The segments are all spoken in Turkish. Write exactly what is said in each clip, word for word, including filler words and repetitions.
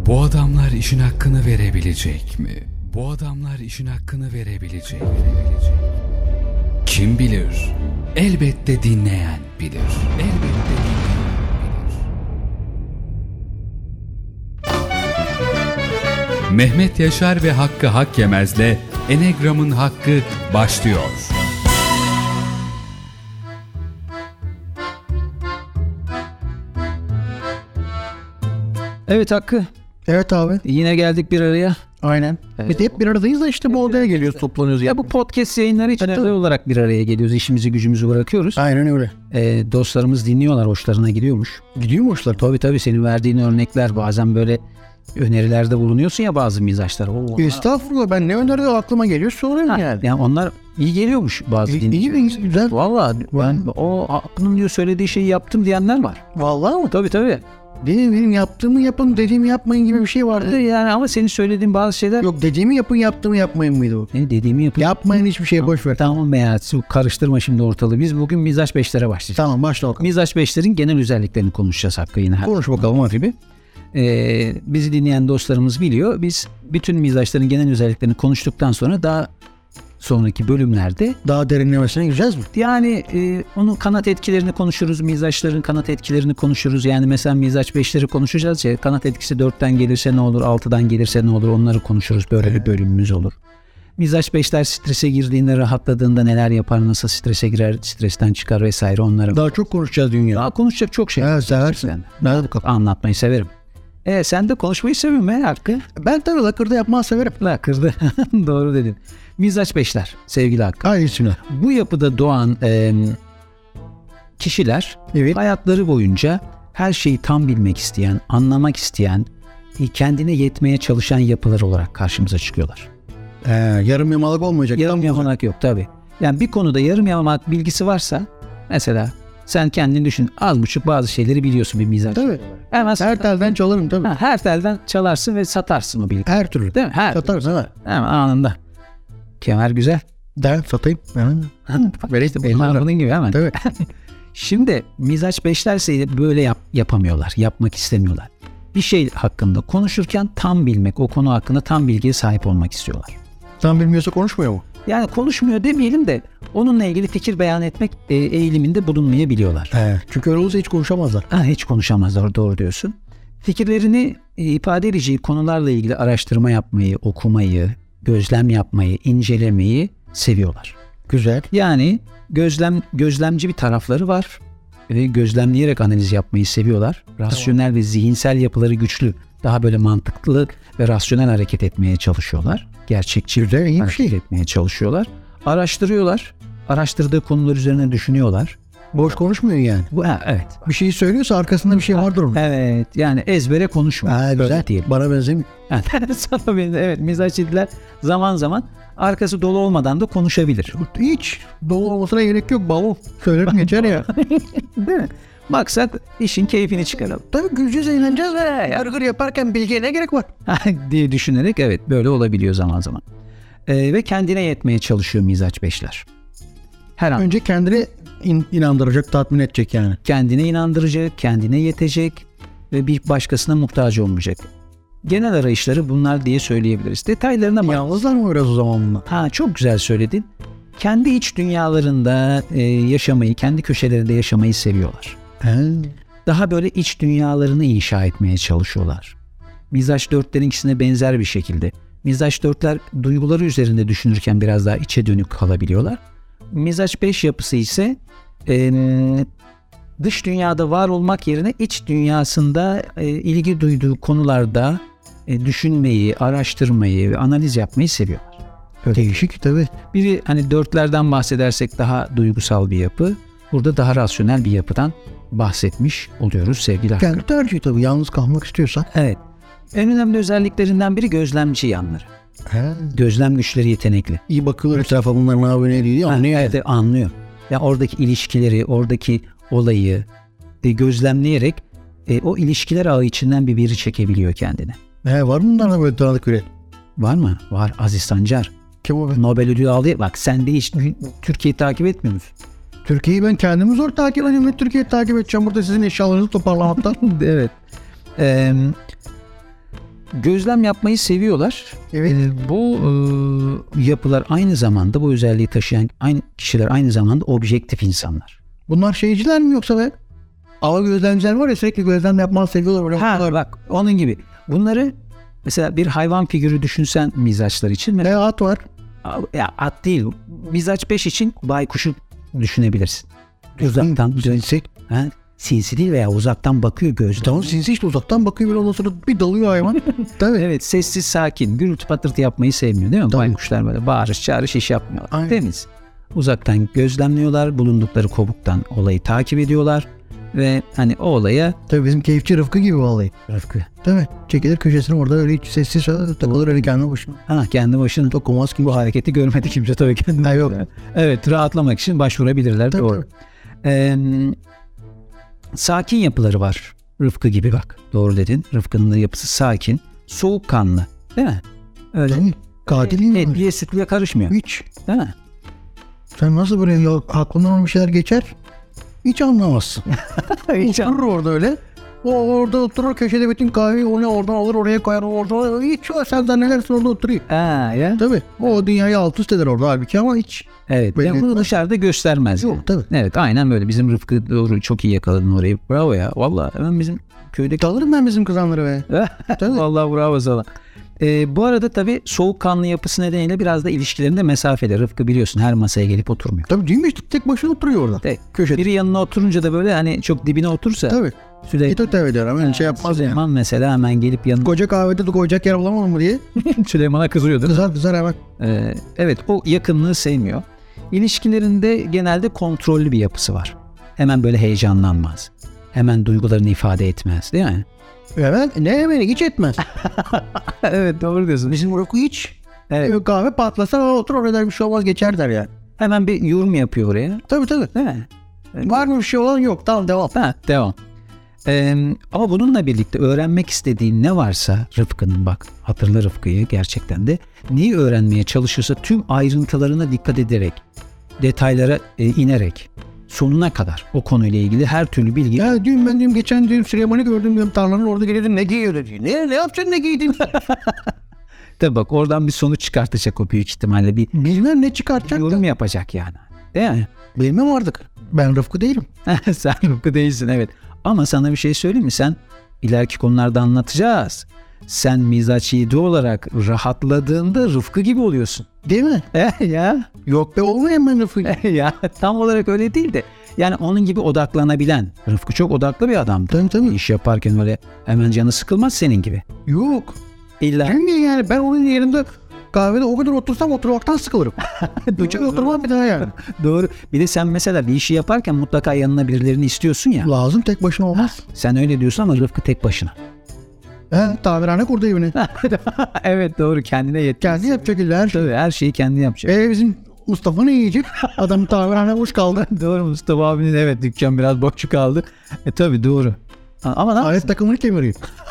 Bu adamlar işin hakkını verebilecek mi? Bu adamlar işin hakkını verebilecek mi? Kim bilir? Elbette dinleyen bilir. Elbette dinleyen bilir. Mehmet Yaşar ve Hakkı Hakyemez'le Enegram'ın Hakkı başlıyor. Evet Hakkı. Evet abi. Yine geldik bir araya. Aynen. Evet. Biz de hep bir aradayız da işte bu odaya geliyoruz, toplanıyoruz. Ya bu podcast yayınları için özel olarak bir araya geliyoruz. İşimizi gücümüzü bırakıyoruz. Aynen öyle. Ee, dostlarımız dinliyorlar. Hoşlarına gidiyormuş. Gidiyor mu hoşlar? Tabii tabii senin verdiğin örnekler bazen böyle önerilerde bulunuyorsun ya bazı mizaçlar. Oo, Estağfurullah, ben ne öneride aklıma geliyor sorayım ha, yani. yani onlar iyi geliyormuş bazı İyi, dinleyiciler. iyi, güzel. Valla ben o Hakkı'nın diyor söylediği şeyi yaptım diyenler var. Vallahi mı? Tabii tabii. Benim, benim yaptığımı yapın, dediğimi yapmayın gibi bir şey vardı. Yani ama senin söylediğin bazı şeyler. Yok, dediğimi yapın, yaptığımı yapmayın mıydı o? Ne dediğimi yapın. Yapmayın, hiçbir şeye boş ver. Tamam be ya, karıştırma şimdi ortalığı. Biz bugün mizaç beşlere başlayacağız. Tamam, başla bakalım. Mizaç beşlerin genel özelliklerini konuşacağız Hakkı yine. Konuş bakalım abi. Ee, bizi dinleyen dostlarımız biliyor. Biz bütün mizaçların genel özelliklerini konuştuktan sonra daha sonraki bölümlerde Daha derinlemesine gireceğiz mi? yani e, onun kanat etkilerini konuşuruz. Mizaçların kanat etkilerini konuşuruz. Yani mesela mizaç beşleri konuşacağız ya. Kanat etkisi dörtten gelirse ne olur, altıdan gelirse ne olur, onları konuşuruz. Böyle bir bölümümüz olur. Mizaç beşler strese girdiğinde, rahatladığında neler yapar, nasıl strese girer, stresten çıkar vesaire, onları. Daha çok konuşacağız dünya. Daha konuşacak çok şey. Evet, seversin. Yani. Nerede bakalım? Anlatmayı severim. E sen de konuşmayı seviyorsun be Hakkı. Ben tabii lakırdı yapmayı severim. Lakırdı. Doğru dedin. Mizaç beşler sevgili Hakkı. Hayır içine. Bu yapıda doğan e, kişiler Evet. hayatları boyunca her şeyi tam bilmek isteyen, anlamak isteyen, kendine yetmeye çalışan yapılar olarak karşımıza çıkıyorlar. Ee, yarım yamalak olmayacak. Yarım Tam yamalak yok tabii. Yani bir konuda yarım yamalak bilgisi varsa, mesela sen kendin düşün, az buçuk bazı şeyleri biliyorsun bir mizaç. Tabii. Hemen Her telden çalarım tabii. ha, her telden çalarsın ve satarsın o bilgiyi. Her türlü. Değil mi? Her Satarız değil mi? hemen anında. Kemer güzel. Der satayım. Hemen. Vereyim de elma bunun gibi hemen. Tabii. Şimdi mizaç beşlerse böyle yap, yapamıyorlar. Yapmak istemiyorlar. Bir şey hakkında konuşurken tam bilmek, o konu hakkında tam bilgiye sahip olmak istiyorlar. Tam bilmiyorsa konuşmuyor mu? Yani konuşmuyor demeyelim de onunla ilgili fikir beyan etmek e, eğiliminde bulunmayabiliyorlar. He. Çünkü öyle olursa hiç konuşamazlar. Ha, hiç konuşamazlar, doğru diyorsun. Fikirlerini e, ifade edeceği konularla ilgili araştırma yapmayı, okumayı, gözlem yapmayı, incelemeyi seviyorlar. Güzel. Yani gözlem gözlemci bir tarafları var ve gözlemleyerek analiz yapmayı seviyorlar. Rasyonel tamam. ve zihinsel yapıları güçlü. Daha böyle mantıklı ve rasyonel hareket etmeye çalışıyorlar. Gerçekçi Güzel, iyi bir hareket şey. etmeye çalışıyorlar. Araştırıyorlar. Araştırdığı konular üzerine düşünüyorlar. Boş konuşmuyor yani. Bu ha, evet. Bir şeyi söylüyorsa arkasında bir şey vardır onun. Evet. Yani ezbere konuşmuyor. Ha, güzel. Diyelim. Bana benzemiyor. Yani, sana benziyor. Evet. Mizaççılar zaman zaman arkası dolu olmadan da konuşabilir. Hiç dolu olmasına gerek yok. Balon. Söylerim geçer ya. Değil mi? Maksat işin keyfini çıkaralım. Tabii güleceğiz, eğleneceğiz ve yargır yaparken bilgiye ne gerek var? diye düşünerek evet böyle olabiliyor zaman zaman. Ee, ve kendine yetmeye çalışıyor mizaç beşler. Her an. Önce kendini in- inandıracak, tatmin edecek yani. Kendine inandıracak, kendine yetecek ve bir başkasına muhtaç olmayacak. Genel arayışları bunlar diye söyleyebiliriz. Detaylarına bak. Yalnızlar mı biraz o zaman bunlar? Ha, çok güzel söyledin. Kendi iç dünyalarında e, yaşamayı, kendi köşelerinde yaşamayı seviyorlar. He. Daha böyle iç dünyalarını inşa etmeye çalışıyorlar. Mizaç dörtlerinkisine benzer bir şekilde. Mizaç dörtler duyguları üzerinde düşünürken biraz daha içe dönük kalabiliyorlar. Mizaç beş yapısı ise e, dış dünyada var olmak yerine iç dünyasında e, ilgi duyduğu konularda e, düşünmeyi, araştırmayı ve analiz yapmayı seviyorlar. Öyle. Değişik tabii. Biri hani dörtlerden bahsedersek daha duygusal bir yapı. Burada daha rasyonel bir yapıdan bahsetmiş oluyoruz sevgili Hakkı. Kendi tercihi tabii. Yalnız kalmak istiyorsa. Evet. En önemli özelliklerinden biri gözlemci yanları. He. Gözlem güçleri yetenekli. İyi bakılır etrafa, bunlar ne yapıyor ne diyor. Anlıyor. Evet, anlıyor. Ya oradaki ilişkileri, oradaki olayı e, gözlemleyerek e, o ilişkiler ağı içinden bir veri çekebiliyor kendine. He, var mı bunlarla böyle tanıdık biri? Var mı? Var. Aziz Sancar. Kim o be? Nobel ödülü aldı. Bak sen de hiç Türkiye'yi takip etmiyor musun? Türkiye'yi ben kendimi zor takip edeyim. Ne Türkiye'yi takip edeceğim burada sizin eşyalarınızı toparlamaktan. Evet. Ee, gözlem yapmayı seviyorlar. Evet. Ee, bu e, yapılar aynı zamanda, bu özelliği taşıyan aynı kişiler aynı zamanda objektif insanlar. Bunlar şeyciler mi yoksa be? Hava gözlemciler var ya, sürekli gözlem yapmayı seviyorlar. Böyle Ha bakıyorlar. bak onun gibi. Bunları mesela bir hayvan figürü düşünsen mizaçlar için. Ne at var? Ya at değil. Mizaç beş için baykuşu düşünebilirsin. Uzaktan Sinsi. ha, sinsi değil veya uzaktan bakıyor gözle. Tamam, sinsi işte, uzaktan bakıyor böyle, ondan sonra bir dalıyor hayvan. Tabii. Evet, sessiz sakin, gürültü patırtı yapmayı sevmiyor değil mi? Tabii. Baykuşlar böyle bağırış çağırış iş yapmıyorlar. Aynen. Temiz. Uzaktan gözlemliyorlar, bulundukları kovuktan olayı takip ediyorlar ve hani o olaya Tabii bizim keyifçi Rıfkı gibi vallahi. Rıfkı. Tabii. Çekilir köşesine orada öyle hiç sessiz takılır öyle kendi başına. Ha, kendi başına Dokunmaz ki. bu hareketi görmedi kimse tabii kendi. Ha, yok. Evet, rahatlamak için başvurabilirler. Tabii, Doğru. Ee, sakin yapıları var. Rıfkı gibi bak. Doğru dedin. Rıfkı'nın da yapısı sakin. Soğukkanlı. Değil mi? Öyle. Tabii. Katilin mi? Etliye sütlüye karışmıyor. Hiç. Değil mi? Sen nasıl böyle ya, aklından bir şeyler geçer? Hiç anlamazsın. Hiç Oturur orada öyle. O orada oturur köşede, bütün kahveyi onu oradan alır oraya koyar, oradan hiç o sen zannedersin orada oturuyor. Ha ya. Tabii. O dünyayı alt üst eder orada halbuki ama hiç. Evet. Belli Ya bunu etmez. dışarıda göstermez. Yok, tabii. Evet, aynen böyle. Bizim Rıfkı doğru, çok iyi yakaladın orayı. Bravo ya. Vallahi hemen bizim köydeki Alırım ben bizim kızanları be. Tabii. Vallahi bravo sana. Ee, bu arada tabii soğukkanlı yapısı nedeniyle biraz da ilişkilerinde mesafeli. Rıfkı biliyorsun her masaya gelip oturmuyor. Tabii değil mi işte, tek başına oturuyor orada. Tek. Köşede. Biri yanına oturunca da böyle hani çok dibine otursa Tabii. Süleyman, Git ötev ediyor ama şey yapmaz yani. Süleyman mesela hemen gelip yanına Koca kahvede de koyacak yer bulamadım mı diye. Süleyman'a kızıyordu. Kızar kızar hemen. Ee, evet, o yakınlığı sevmiyor. İlişkilerinde genelde kontrollü bir yapısı var. Hemen böyle heyecanlanmaz. Hemen duygularını ifade etmez değil mi? Evet. Ne yemeğini hiç etmez. Evet, doğru diyorsun. Bizim Rıfkı hiç. Evet. Kahve patlasa o otur orada, bir şey olmaz, geçer der yani. Hemen bir yorum yapıyor oraya. Tabii tabii. Değil mi? Var mı bir şey olan? Yok. Tamam, devam. Ha, devam. Ee, ama bununla birlikte öğrenmek istediğin ne varsa Rıfkı'nın, bak hatırla Rıfkı'yı gerçekten de, neyi öğrenmeye çalışırsa tüm ayrıntılarına dikkat ederek, detaylara e, inerek sonuna kadar o konuyla ilgili her türlü bilgi. Ya dün ben diyorum, geçen diyorum Süleyman'ı gördüm diyorum, tarlanın orada geliyordun, ne giyiyor diyor. Ne, ne yapacaksın, ne giydin? Tabii bak oradan bir sonuç çıkartacak o büyük ihtimalle, bir Bilmem ne çıkartacak yorum da. yapacak yani. Değil mi? Bilmem artık. Ben Rıfkı değilim. Sen Rıfkı değilsin, evet. Ama sana bir şey söyleyeyim mi? Sen ileriki konularda anlatacağız. Sen mizaç yedi olarak rahatladığında Rıfkı gibi oluyorsun. Değil mi? Eh ya. Yok be, olmayayım ben Rıfkı. Eh ya. Tam olarak öyle değil de. Yani onun gibi odaklanabilen. Rıfkı çok odaklı bir adamdı. Tabii tabii. İş yaparken öyle hemen canı sıkılmaz senin gibi. Yok. İlla. Hem de yani ben onun yerinde kahvede o kadar otursam oturmaktan sıkılırım. Üçe oturmam bir daha yani. Doğru. Bir de sen mesela bir işi yaparken mutlaka yanına birilerini istiyorsun ya. Lazım, tek başına olmaz. Sen öyle diyorsun ama Rıfkı tek başına. He, tamirhane kurdu evine. Evet, doğru, kendine yet. Kendi yapacak illa her şey. Tabii her şeyi kendi yapacak. E bizim Mustafa ne yiyecek? Adam tamirhane boş kaldı. Doğru, Mustafa abinin evet dükkan biraz boşçuk kaldı. E tabii doğru. Ama ne Alet takımını kemiriyor.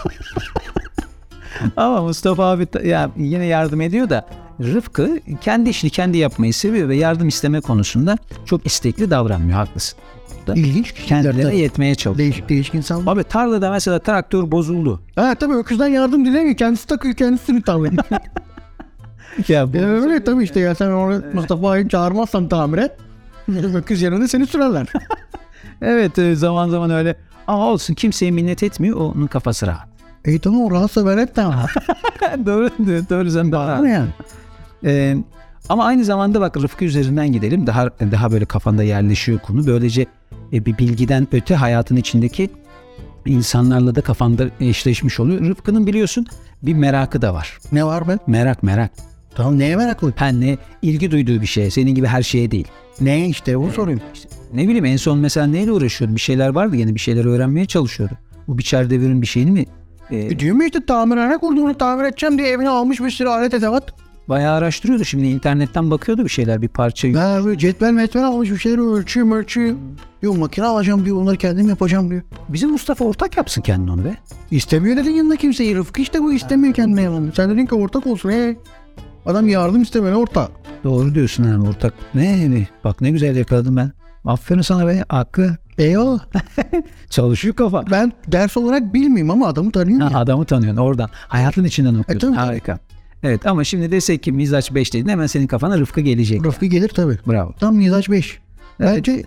Ama Mustafa abi ta- ya yine yardım ediyor da Rıfkı kendi işini kendi yapmayı seviyor ve yardım isteme konusunda çok istekli davranmıyor, haklısın. Da İlginç kişiler kendilerine tabii. yetmeye çalışıyor. Değişik değişik insan. Abi tarlada mesela traktör bozuldu. Ha tabii, öküzden yardım dilemiyor. Kendisi takıyor, kendisini tamir. Ya bu- E, öyle tabii işte ya, sen onu Mustafa'yı çağırmazsan tamire, öküz yerine seni sürerler. evet, e, zaman zaman öyle. Ama olsun, kimseye minnet etmiyor, onun kafası rahat. İyi tamam, o rahatsa ver et tamam. doğru, doğru sen daha rahat. Ne yani? Ee, ama aynı zamanda bak Rıfkı üzerinden gidelim. Daha daha böyle kafanda yerleşiyor konu. Böylece e, bir bilgiden öte hayatın içindeki insanlarla da kafanda eşleşmiş oluyor. Rıfkı'nın biliyorsun bir merakı da var. Ne var ben? Merak merak. Tamam, neye meraklı? Penle ilgi duyduğu bir şeye. Senin gibi her şeye değil. Ne işte, bunu sorayım. İşte, ne bileyim, en son mesela neyle uğraşıyordu? Bir şeyler vardı, yine bir şeyler öğrenmeye çalışıyordu. Bu biçer devirin bir şeyini mi? E, E, diyor mu işte, tamirhane kurdu, onu tamir edeceğim diye evine almış bir sürü alet edevat. bayağı araştırıyordu. Şimdi internetten bakıyordu bir şeyler, bir parça. Ben böyle cetvel metvel almış, bir şeyleri ölçüyor ölçüyor. Diyor makine alacağım diyor, onları kendim yapacağım diyor. Bizim Mustafa ortak yapsın kendini onu be. İstemiyor dedin yanında kimseyi. Rıfkı işte bu istemiyor kendine yalan. Sen dedin ki ortak olsun. He. Adam yardım istemiyor, ortak. Doğru diyorsun, yani ortak. Ne, ne? Bak ne güzel yakaladım ben. Aferin sana be Hakkı. Eyvallah. Çalışıyor kafa. Ben ders olarak bilmeyeyim ama adamı tanıyorum. Ha, adamı tanıyorsun oradan. Hayatın içinden okuyorsun. E, tabii. Harika. Evet ama şimdi desek ki mizaç beş dedin hemen senin kafana Rıfkı gelecek. Rıfkı gelir tabii. Bravo. Tam mizaç beş. Evet. Bence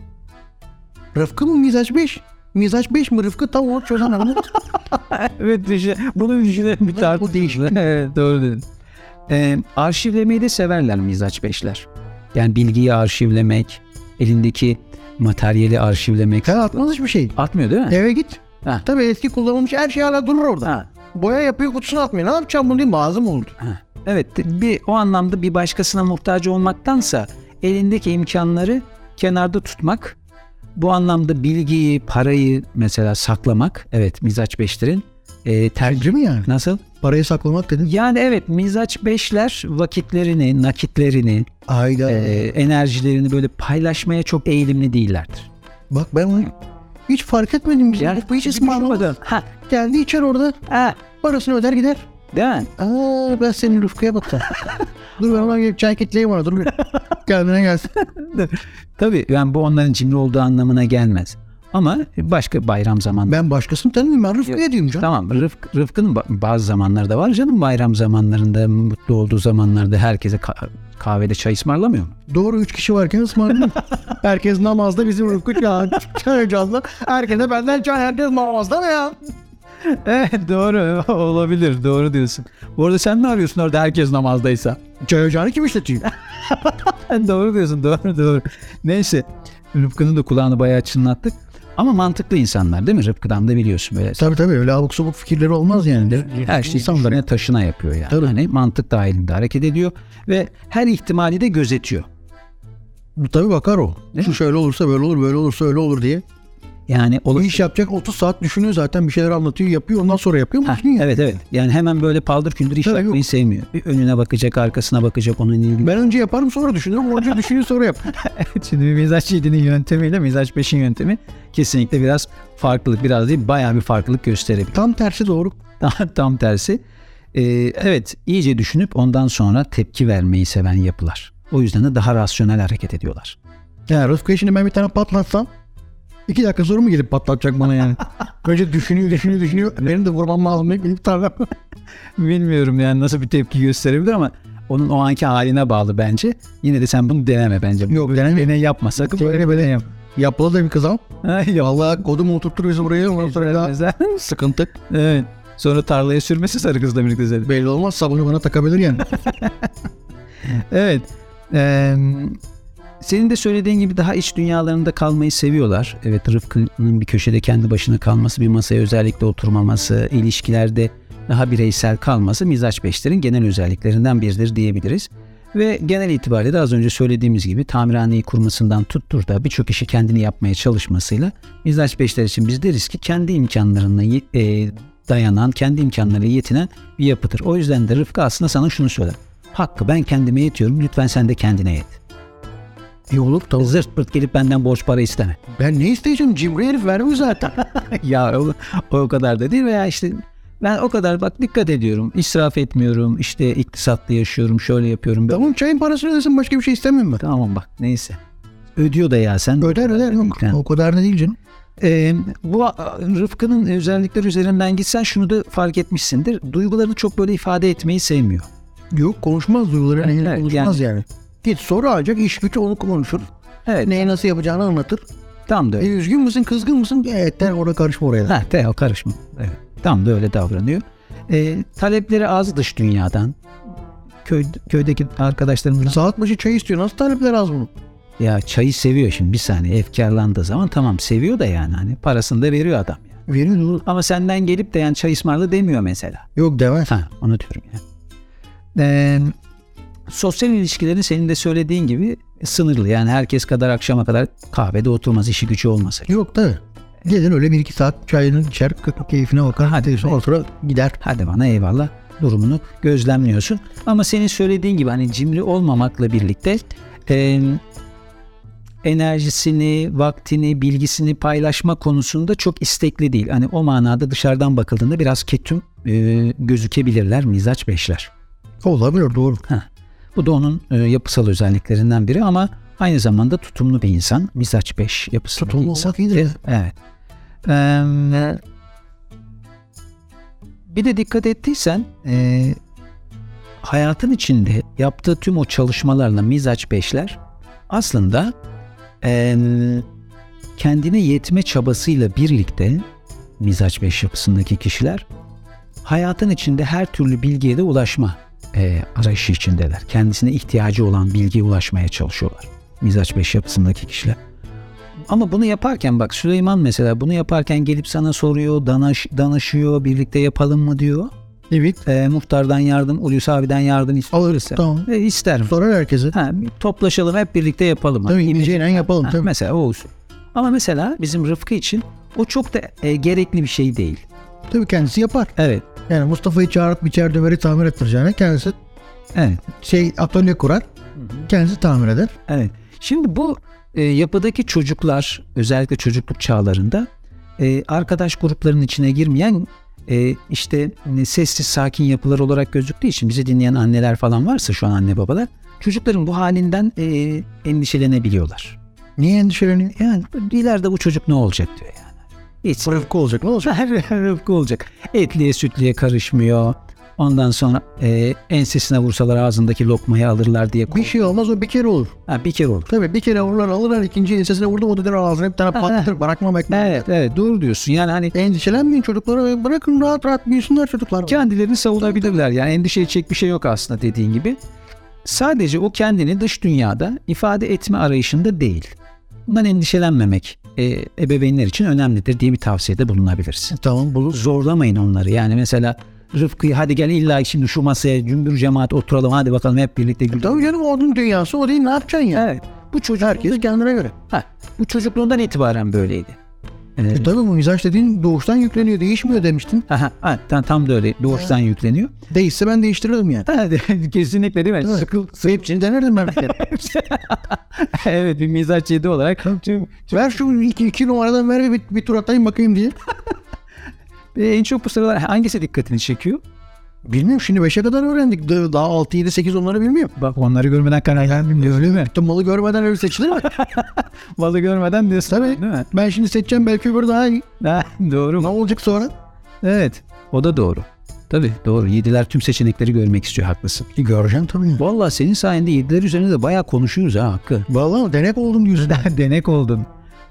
Rıfkı mı mizaç beş? Mizaç beş mi Rıfkı, tam onu çözemedim. Evet düşün, bunu düşünelim bir tartışma. Bu değişik. Evet doğru dedin. Ee, arşivlemeyi de severler mizaç beşler. Yani bilgiyi arşivlemek, elindeki materyali arşivlemek. Ya atmaz hiçbir şey. Atmıyor değil mi? Eve git. Ha. Tabii eski kullanılmış her şey hala durur orada. Ha. Boya yapıyor, kutusuna atmıyor. Ne yapacağım bunu, değil lazım oldu. Ha. Evet bir o anlamda bir başkasına muhtaç olmaktansa elindeki imkanları kenarda tutmak, bu anlamda bilgiyi, parayı mesela saklamak, evet mizaç beşlerin e, tercih. Değil mi yani? Nasıl? Parayı saklamak dedin. Yani evet mizaç beşler vakitlerini, nakitlerini, Ayda. e, enerjilerini böyle paylaşmaya çok eğilimli değillerdir. Bak ben onu hiç fark etmedim. Bizim Yani bu hiç ısmarlamadı. Ha, Geldi içer orada. ha, Parasını öder gider. değil mi? Aa, ben senin Rıfkı'ya baktım. Dur ben ona gelip çay kitleyeyim ona. Dur bir. Kendine gelsin. Tabii yani bu onların cimri olduğu anlamına gelmez. Ama başka bayram zamanı. Ben başkasını tanımıyorum. Ben Rıfkı'ya diyorum canım. Tamam Rıfk, Rıfkı'nın ba- bazı zamanlarda var canım, bayram zamanlarında, mutlu olduğu zamanlarda herkese ka- kahvede çay ısmarlamıyor mu? Doğru, üç kişi varken ısmarladım. Herkes namazda, bizim Rıfkı çay, çay ocağında. Herkese benden çay, herkes namazda mı ya? Evet doğru olabilir, doğru diyorsun. Bu arada sen ne arıyorsun orada herkes namazdaysa? Çay ocağını kim işletiyor? Doğru diyorsun, doğru doğru. Neyse Rıfkı'nın da kulağını bayağı çınlattık. Ama mantıklı insanlar değil mi? Rıfkı'dan da biliyorsun böyle. Tabii tabii, öyle abuk sabuk fikirleri olmaz yani. Her şey insanların taşına yapıyor yani. Tabii. Hani mantık dahilinde hareket ediyor ve her ihtimali de gözetiyor. Tabii bakar o. Değil Şu mi? şöyle olursa böyle olur, böyle olursa öyle olur diye. Yani O ol- iş yapacak, otuz saat düşünüyor zaten, bir şeyler anlatıyor, yapıyor, ondan sonra yapıyor mu? Ha, evet evet. Yani hemen böyle paldır küldür iş Tabii, yapmayı yok. sevmiyor. Bir önüne bakacak, arkasına bakacak, onun ilgili. Ben önce yaparım sonra düşünürüm, önce düşünür sonra yap. Şimdi bir mizaç yediğinin yöntemiyle mizaç beşin yöntemi kesinlikle biraz farklılık, biraz değil bayağı bir farklılık gösterebilir. Tam tersi doğru. Tam, tam tersi. Ee, evet iyice düşünüp ondan sonra tepki vermeyi seven yapılar. O yüzden de daha rasyonel hareket ediyorlar. Yani Rıfkı'ya şimdi ben bir tane patlatsam iki dakika sonra mı gelip patlatacak bana yani? Önce düşünüyor, düşünüyor, düşünüyor. Benim de vurmam lazım diye gelip tarlam. Bilmiyorum yani nasıl bir tepki gösterebilir ama onun o anki haline bağlı bence. Yine de sen bunu deneme bence. Yok, deneme. Deney yapma sakın. Söyle böyle yap. Yapılı da bir kızam. Ay, yok. Vallahi kodumu oturtur bizi buraya. Ondan sonra daha Mesela- sıkıntı. Evet. Sonra tarlaya sürmesi sarı kızla birlikte zaten. Belli olmaz, sabunu bana takabilir yani. Evet. Ee, senin de söylediğin gibi daha iç dünyalarında kalmayı seviyorlar. Evet Rıfkı'nın bir köşede kendi başına kalması, bir masaya özellikle oturmaması, ilişkilerde daha bireysel kalması mizaç beşlerin genel özelliklerinden biridir diyebiliriz. Ve genel itibariyle de az önce söylediğimiz gibi tamirhaneyi kurmasından tuttur da birçok işi kendini yapmaya çalışmasıyla mizaç beşler için biz deriz ki kendi imkanlarına e, dayanan, kendi imkanlarıyla yetinen bir yapıdır. O yüzden de Rıfkı aslında sana şunu söyler. Hakkı ben kendime yetiyorum, lütfen sen de kendine yet. İyi olur tamam. Zırt pırt gelip benden borç para isteme. Ben ne isteyeceğim? Cimri herif vermiyor zaten. Ya o, o kadar da değil veya işte ben o kadar bak dikkat ediyorum, israf etmiyorum, işte iktisatlı yaşıyorum, şöyle yapıyorum. Tamam, çayın parasını ödesin, başka bir şey istemiyorum ben. Tamam bak neyse. Ödüyor da ya sen. Öder öder yok. Yani. O kadar da değil canım. Ee, bu a, Rıfkı'nın özellikleri üzerinden gitsen şunu da fark etmişsindir. Duygularını çok böyle ifade etmeyi sevmiyor. Yok, konuşmaz, duyguları Evet, neyle evet, konuşmaz yani. Git soru alacak, iş gücü onu konuşur. Evet. Neyi nasıl yapacağını anlatır. Tam da E, öyle. üzgün müsün, kızgın mısın? Evet der, orada karışma oraya da. Ha, te, o karışma. Evet. Tam da öyle davranıyor. Ee, talepleri az dış dünyadan. Köy, köydeki arkadaşlarımızdan. Saat başı çay istiyor. Nasıl talepler az bunun? Ya çayı seviyor şimdi bir saniye efkarlandığı zaman tamam seviyor da yani hani parasını da veriyor adam yani. Veriyor. Ama senden gelip de yani çay ısmarla demiyor mesela. Yok demez. Ha onu diyorum yani. Ee, sosyal ilişkilerin senin de söylediğin gibi sınırlı. Yani herkes kadar akşama kadar kahvede oturmaz işi gücü olmasa. Yok da. Gelir öyle bir iki saat çayını içer, keyfine bakar. Hadi. Hadi sonra gider. Hadi bana eyvallah durumunu gözlemliyorsun. Ama senin söylediğin gibi hani cimri olmamakla birlikte e, enerjisini, vaktini, bilgisini paylaşma konusunda çok istekli değil. Hani o manada dışarıdan bakıldığında biraz ketum e, gözükebilirler mizaç beşler. Olabilir, doğru. Heh. Bu da onun e, yapısal özelliklerinden biri ama Aynı zamanda tutumlu bir insan. Mizaç beş yapısında Tutumlu bir insan. olmak iyidir. Evet. Ee, bir de dikkat ettiysen e, hayatın içinde yaptığı tüm o çalışmalarla mizaç beşler aslında e, kendine yetme çabasıyla birlikte mizaç beş yapısındaki kişiler hayatın içinde her türlü bilgiye de ulaşma e, arayışı içindeler. Kendisine ihtiyacı olan bilgiye ulaşmaya çalışıyorlar. Mizaç beş yapısındaki kişiler. Ama bunu yaparken bak Süleyman mesela bunu yaparken gelip sana soruyor, danış, danışıyor, birlikte yapalım mı diyor. Evet. E, muhtardan yardım, Hulusi abiden yardım Alırız. isterse. Tamam. E, isterim. Sorar herkese. Ha, bir toplaşalım hep birlikte yapalım. Tabii İmeceyle yapalım. Ha, Tabii. mesela o olsun. Ama mesela bizim Rıfkı için o çok da e, gerekli bir şey değil. Tabii kendisi yapar. Evet. Yani Mustafa'yı çağırıp biçer döveri tamir ettireceğine kendisi Evet. şey atölye kurar. Kendisi tamir eder. Evet. Şimdi bu e, yapıdaki çocuklar özellikle çocukluk çağlarında e, arkadaş gruplarının içine girmeyen e, işte e, sessiz sakin yapılar olarak gözüktüğü için bizi dinleyen anneler falan varsa şu an anne babalar çocukların bu halinden e, endişelenebiliyorlar. Niye endişeleniyor? Yani ileride bu çocuk ne olacak diyor yani. Hiç Rıfkı olacak. Ne olacak? Rıfkı olacak. Etliye sütlüye karışmıyor. Ondan sonra e, ensesine vursalar ağzındaki lokmayı alırlar diye. Bir şey olmaz, o bir kere olur. Ha, bir kere olur. Tabii bir kere vururlar alırlar, ikinci ensesine vurdu o da ağzına bir tane patlatır, bırakma bekle. Evet evet doğru diyorsun. Yani hani Endişelenmeyin çocuklara, bırakın rahat rahat büyüsünler çocuklar. kendilerini savunabilirler. Yani endişe edecek bir şey yok aslında dediğin gibi. Sadece o kendini dış dünyada ifade etme arayışında değil. Bundan endişelenmemek e, ebeveynler için önemlidir diye bir tavsiyede bulunabilirsin. Tamam bulur. Zorlamayın onları. Yani mesela Rıfkı'yı hadi gel illa şimdi şu masaya cümbür cemaat oturalım hadi bakalım hep birlikte gülelim. Tabii canım, onun dünyası o değil, ne yapacaksın ya? Evet. Bu çocuk Herkes kendine göre. ha, bu çocukluğundan itibaren böyleydi. Ee, E tabii bu mizaç dediğin doğuştan yükleniyor, değişmiyor demiştin. aha, ha, tam, tam da öyle doğuştan yükleniyor. Değişse ben değiştirirdim yani. Ha, kesinlikle değil mi? Evet. Sıkıl, Hepsini denerdim ben bir kere. evet bir mizaç yedi olarak. Tüm, Ver şu iki, iki numaradan ver bir, bir tur atayım bakayım diye. Ee, en çok bu sıralar hangisi dikkatini çekiyor? Bilmiyorum, şimdi beşe kadar öğrendik. Daha daha altı, yedi, sekiz onları bilmiyorum. Bak onları görmeden karar verdim. Öyle mi? Bütün malı görmeden öyle seçilir mi? Malı görmeden diyorsun. Tabii. Değil mi? Ben şimdi seçeceğim, belki öbürü daha iyi. Ha, doğru. Ne olacak sonra? Evet. O da doğru. Tabii doğru. Yediler tüm seçenekleri görmek istiyor. Haklısın. E, göreceğim tabii. Vallahi senin sayende yediler üzerinde de bayağı konuşuyoruz ha Hakkı. Vallahi denek oldum diyorsun. Denek oldun.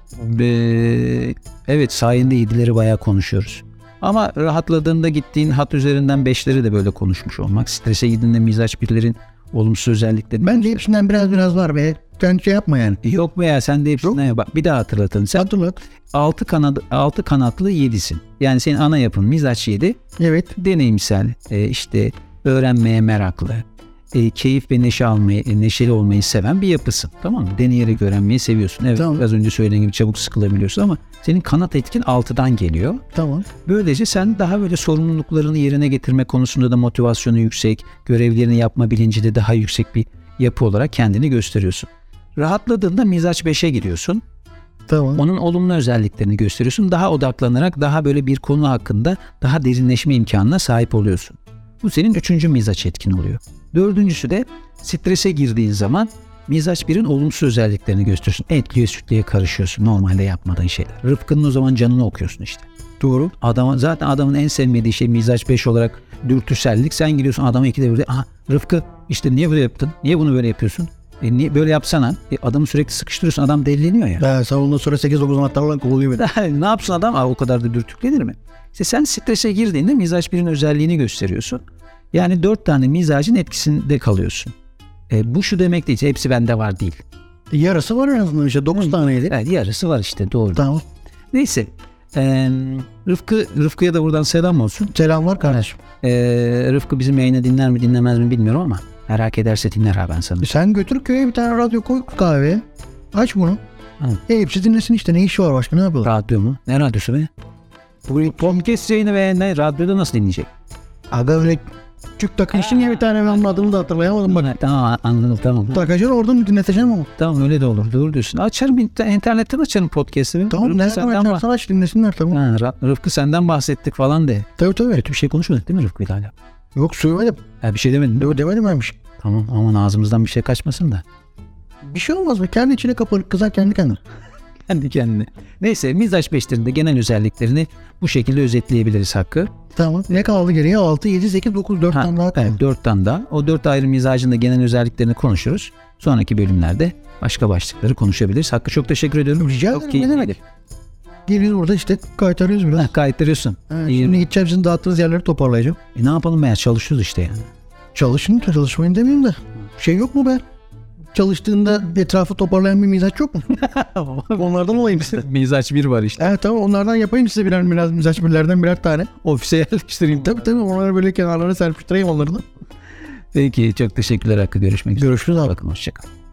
Ee, evet sayende yedileri bayağı konuşuyoruz. Ama rahatladığında gittiğin hat üzerinden beşleri de böyle konuşmuş olmak. Strese girdiğinde mizaç birlerin olumsuz özellikleri. Bence hepsinden biraz biraz var be. Sen şey yapma yani. Yok be ya sen de hepsinden yap. Bak bir daha hatırlatalım. Sen Hatırlat. altı kanat, altı kanatlı yedisin. Yani senin ana yapın mizaç yedi. Evet. Deneyimsel, e, işte öğrenmeye meraklı, e, keyif ve neşe almayı, e, neşeli olmayı seven bir yapısın. Tamam mı? Deneyerek öğrenmeyi seviyorsun. Evet Tamam. az önce söylediğim gibi çabuk sıkılabiliyorsun ama senin kanat etkin altıdan geliyor. Tamam. Böylece sen daha böyle sorumluluklarını yerine getirme konusunda da motivasyonu yüksek, görevlerini yapma bilinci de daha yüksek bir yapı olarak kendini gösteriyorsun. Rahatladığında mizaç beşe giriyorsun. Tamam. Onun olumlu özelliklerini gösteriyorsun. Daha odaklanarak daha böyle bir konu hakkında daha derinleşme imkanına sahip oluyorsun. Bu senin üçüncü mizaç etkin oluyor. Dördüncüsü de strese girdiğin zaman mizaç birin olumsuz özelliklerini gösteriyorsun. Etliye sütlüye karışıyorsun. Normalde yapmadığın şeyler. Rıfkı'nın o zaman canını okuyorsun işte. Doğru. Adamın, zaten adamın en sevmediği şey mizaç beş olarak dürtüsellik. Sen gidiyorsun adama ikide bir de aha Rıfkı işte niye böyle yaptın? Niye bunu böyle yapıyorsun? E niye böyle yapsana? E adamı sürekli sıkıştırıyorsun. Adam delileniyor ya. Ben sen ondan sonra sekiz dokuz anahtarla kovuluyor beni. Ne yapsın adam? Aa, o kadar da dürtüklenir mi? İşte sen strese girdiğinde mizaç birin özelliğini gösteriyorsun. Yani dört tane mizacın etkisinde kalıyorsun. E, bu şu demek değil. Hepsi bende var değil. E, yarısı var en azından işte. dokuz taneydi. Evet yarısı var işte doğru. Tamam. Neyse. E, Rıfkı, Rıfkı'ya da buradan selam olsun. Selam var kardeşim. E, Rıfkı bizim yayını dinler mi dinlemez mi bilmiyorum ama merak ederse dinler ha ben sana. E, sen götür köye bir tane radyo koy kahveye. Aç bunu. Hı. E, hepsi dinlesin işte. Ne işi var başka, ne yapıyorlar? Radyo mu? Ne radyosu be? Bu podcast yayını ve ne? Radyoda nasıl dinleyecek? Aga öyle küçük takışın ya bir tane, ben onun adını da hatırlayamadım bak. Ha, tamam anladım tamam. Takacaksın oradan dinleteceğim ama. Tamam öyle de olur. Doğru diyorsun. Açarım internetten açarım podcast'ı. Tamam, Rıfkı nereden senden açarsan aç dinlesinler tamam. Ha, Ra- Rıfkı senden bahsettik falan de. Tabii tabii. Kötü bir şey konuşmadık değil mi Rıfkı'yla hala? Yok söylemedim. Ha, bir şey demedin değil mi? Yok demedim ben bir şey. Tamam aman ağzımızdan bir şey kaçmasın da. Bir şey olmaz mı? Kendi içine kapanır. Kızar kendi kendine. Kendi kendine. Neyse mizaç beşlerinde genel özelliklerini bu şekilde özetleyebiliriz Hakkı. Tamam. Ne kaldı geriye? altı, yedi, sekiz, dokuz, dört Ha, tane daha kaldı. evet, dört tane daha. O dört ayrı mizacın da genel özelliklerini konuşuruz. Sonraki bölümlerde başka başlıkları konuşabiliriz. Hakkı çok teşekkür ediyorum. Rica Çok ederim, ne demek? keyifliydi. Geliyoruz burada işte kaytarıyoruz biraz. Ha, kayıttırıyorsun. Evet, İyi. şimdi gideceğim sizin dağıttığınız yerleri toparlayacağım. E, ne yapalım ya, çalışıyoruz işte yani. Çalışın, çalışmayın demeyeyim de. Şey yok mu be? Çalıştığında etrafı toparlayan bir mizaç yok mu? Onlardan olayım size. Mizaç bir var işte. Evet tamam, onlardan yapayım size birer biraz mizaç birlerden birer tane. Ofise yerleştireyim. Tabii tabii, onları böyle kenarlara serpiştireyim onları da. Peki çok teşekkürler Hakkı. Görüşmek üzere. Görüşürüz abi. Bakın hoşçakal.